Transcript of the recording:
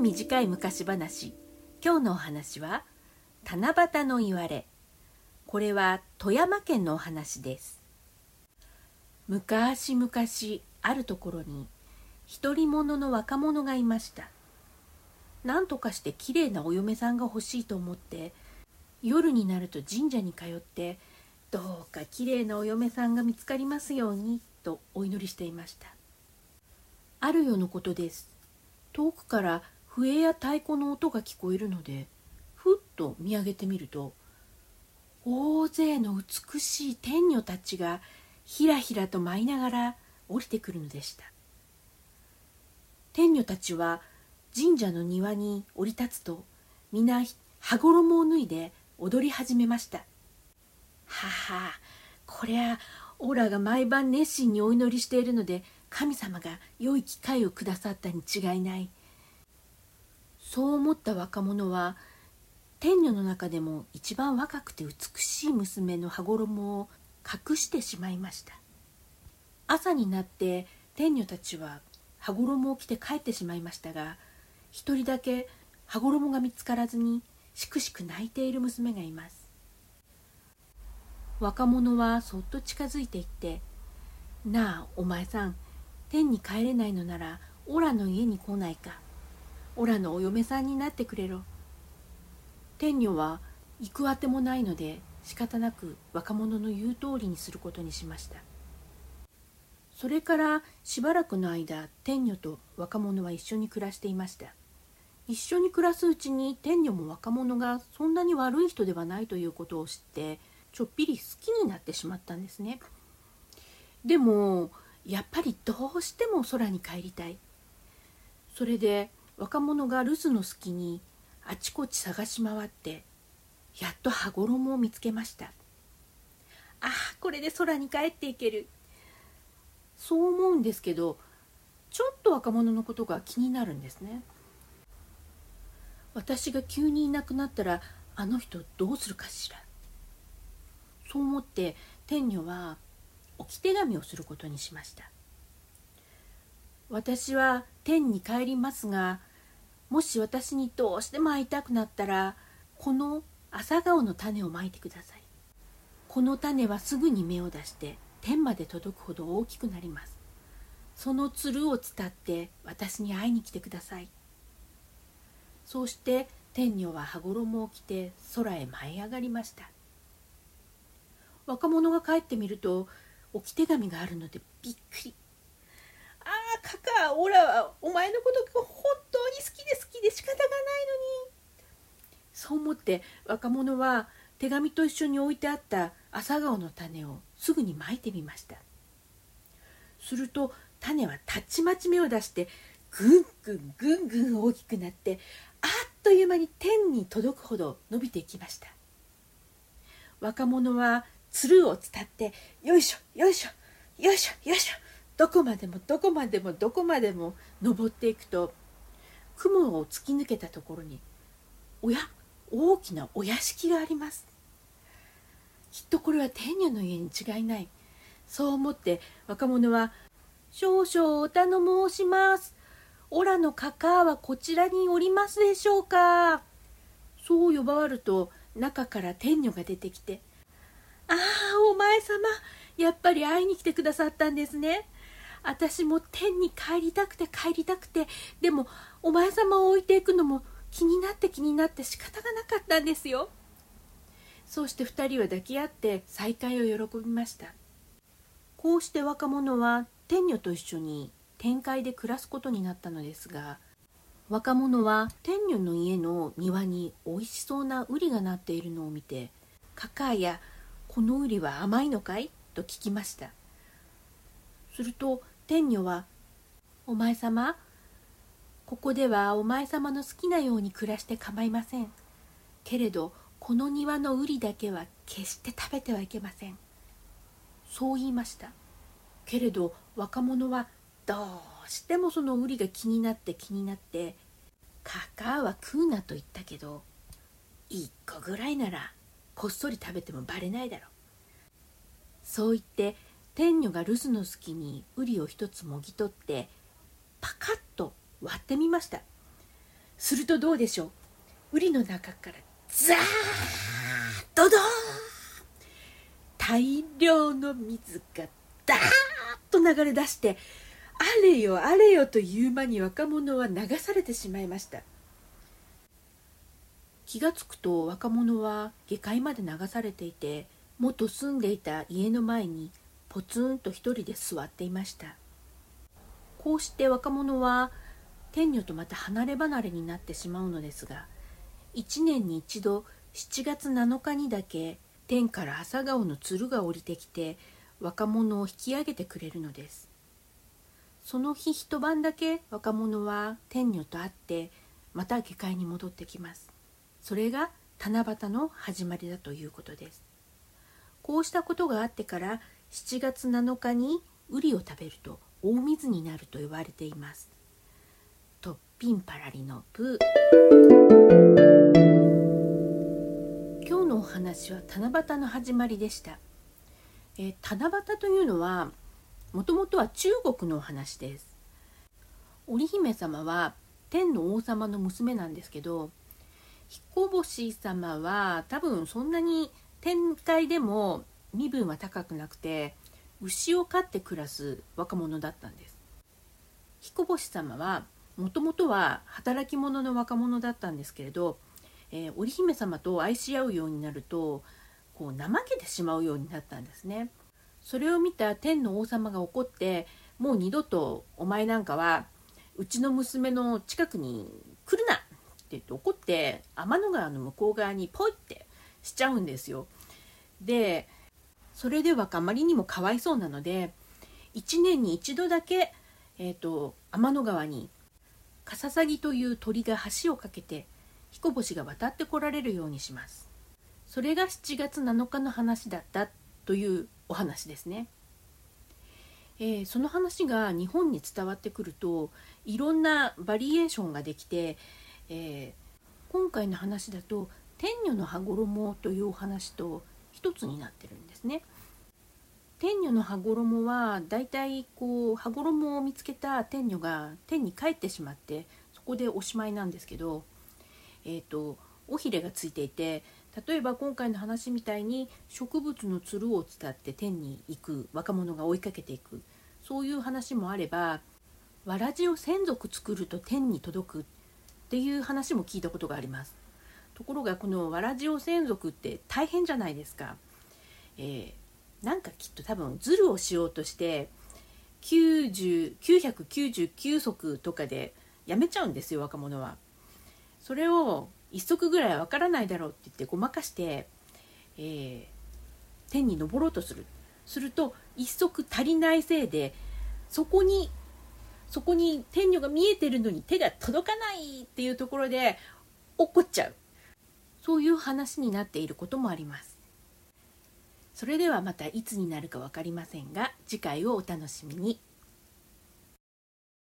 短い昔話。今日のお話は七夕のいわれ。これは富山県のお話です。昔々あるところに独り者の若者がいました。なんとかしてきれいなお嫁さんが欲しいと思って夜になると神社に通って、どうかきれいなお嫁さんが見つかりますようにとお祈りしていました。ある夜のことです。遠くから笛や太鼓の音が聞こえるので、ふっと見上げてみると、大勢の美しい天女たちがひらひらと舞いながら降りてくるのでした。天女たちは神社の庭に降り立つと、皆羽衣を脱いで踊り始めました。はは、こりゃオラが毎晩熱心にお祈りしているので、神様が良い機会をくださったに違いない。そう思った若者は、天女の中でも一番若くて美しい娘の羽衣を隠してしまいました。朝になって天女たちは羽衣を着て帰ってしまいましたが、一人だけ羽衣が見つからずにしくしく泣いている娘がいます。若者はそっと近づいていって、なあお前さん、天に帰れないのならオラの家に来ないか。オラのお嫁さんになってくれろ。天女は行くあてもないので、仕方なく若者の言う通りにすることにしました。それからしばらくの間、天女と若者は一緒に暮らしていました。一緒に暮らすうちに、天女も若者がそんなに悪い人ではないということを知って、ちょっぴり好きになってしまったんですね。でもやっぱりどうしても空に帰りたい。それで若者が留守の隙にあちこち探し回って、やっと羽衣を見つけました。ああ、これで空に帰っていける。そう思うんですけど、ちょっと若者のことが気になるんですね。私が急にいなくなったら、あの人どうするかしら。そう思って天女は置き手紙をすることにしました。私は天に帰りますが、もし私にどうしても会いたくなったら、この朝顔の種をまいてください。この種はすぐに芽を出して天まで届くほど大きくなります。そのつるを伝って私に会いに来てください。そうして天女は羽衣を着て空へ舞い上がりました。若者が帰ってみると、置き手紙があるのでびっくり。ああ、カカ、オラはお前のことが本当に好きで仕方がないのに。そう思って若者は手紙と一緒に置いてあった朝顔の種をすぐにまいてみました。すると種はたちまち芽を出して、ぐんぐん大きくなって、あっという間に天に届くほど伸びていきました。若者はつるを伝って、よいしょよいしょよいしょよいしょ、どこまでも登っていくと、雲を突き抜けたところに、おや、大きなお屋敷があります。きっとこれは天女の家に違いない。そう思って若者は、少々お頼申します。オラのカカはこちらにおりますでしょうか。そう呼ばわると、中から天女が出てきて、ああ、お前様、やっぱり会いに来てくださったんですね。私も天に帰りたくて、でもお前様を置いていくのも気になって仕方がなかったんですよ。そうして二人は抱き合って再会を喜びました。こうして若者は天女と一緒に天界で暮らすことになったのですが、若者は天女の家の庭においしそうな瓜がなっているのを見て、カカーや、この瓜は甘いのかいと聞きました。すると天女は、お前様、ここではお前様の好きなように暮らして構いません。けれどこの庭の瓜だけは決して食べてはいけません。そう言いました。けれど若者はどうしてもその瓜が気になって、カカは食うなと言ったけど、一個ぐらいならこっそり食べてもバレないだろう。そう言って天女が留守の隙に瓜を一つもぎ取って、パカッと割ってみました。 するとどうでしょう。瓜の中からザーッドドーン、大量の水がダーッと流れ出して、あれよあれよという間に若者は流されてしまいました。気がつくと若者は下界まで流されていて、元住んでいた家の前にポツンと一人で座っていました。こうして若者は天女とまた離れ離れになってしまうのですが、1年に一度7月7日にだけ天から朝顔の鶴が降りてきて若者を引き上げてくれるのです。その日一晩だけ若者は天女と会ってまた下界に戻ってきます。それが七夕の始まりだということです。こうしたことがあってから7月7日に瓜を食べると大水になると言われています。とっぴんぱらりのプー。今日のお話は七夕の始まりでした。七夕というのはもともとは中国のお話です。織姫様は天の王様の娘なんですけど、彦星様は多分そんなに天界でも身分は高くなくて、牛を飼って暮らす若者だったんです。彦星様はもともとは働き者の若者だったんですけれど、織姫様と愛し合うようになるとこう怠けてしまうようになったんですね。それを見た天の王様が怒って、もう二度とお前なんかはうちの娘の近くに来るなって言って怒って天の川の向こう側にポイってしちゃうんですよ。でそれではあまりにもかわいそうなので、1年に一度だけ、天の川にカササギという鳥が橋を架けて彦星が渡ってこられるようにします。それが7月7日の話だったというお話ですね。その話が日本に伝わってくるといろんなバリエーションができて、今回の話だと天女の羽衣というお話と一つになってるんですね。天女の羽衣はだいたいこう羽衣を見つけた天女が天に帰ってしまってそこでおしまいなんですけど、尾ひれがついていて、例えば今回の話みたいに植物のつるを伝って天に行く若者が追いかけていく、そういう話もあれば、わらじを1000足作ると天に届くっていう話も聞いたことがあります。ところがこのわらじを1000足って大変じゃないですか。なんかきっと多分ズルをしようとして999足とかでやめちゃうんですよ、若者は。それを1足ぐらいはわからないだろうって言ってごまかして、天に登ろうとすると1足足りないせいでそこに天女が見えてるのに手が届かないっていうところで怒っちゃう、そういう話になっていることもあります。それではまたいつになるか分かりませんが、次回をお楽しみに。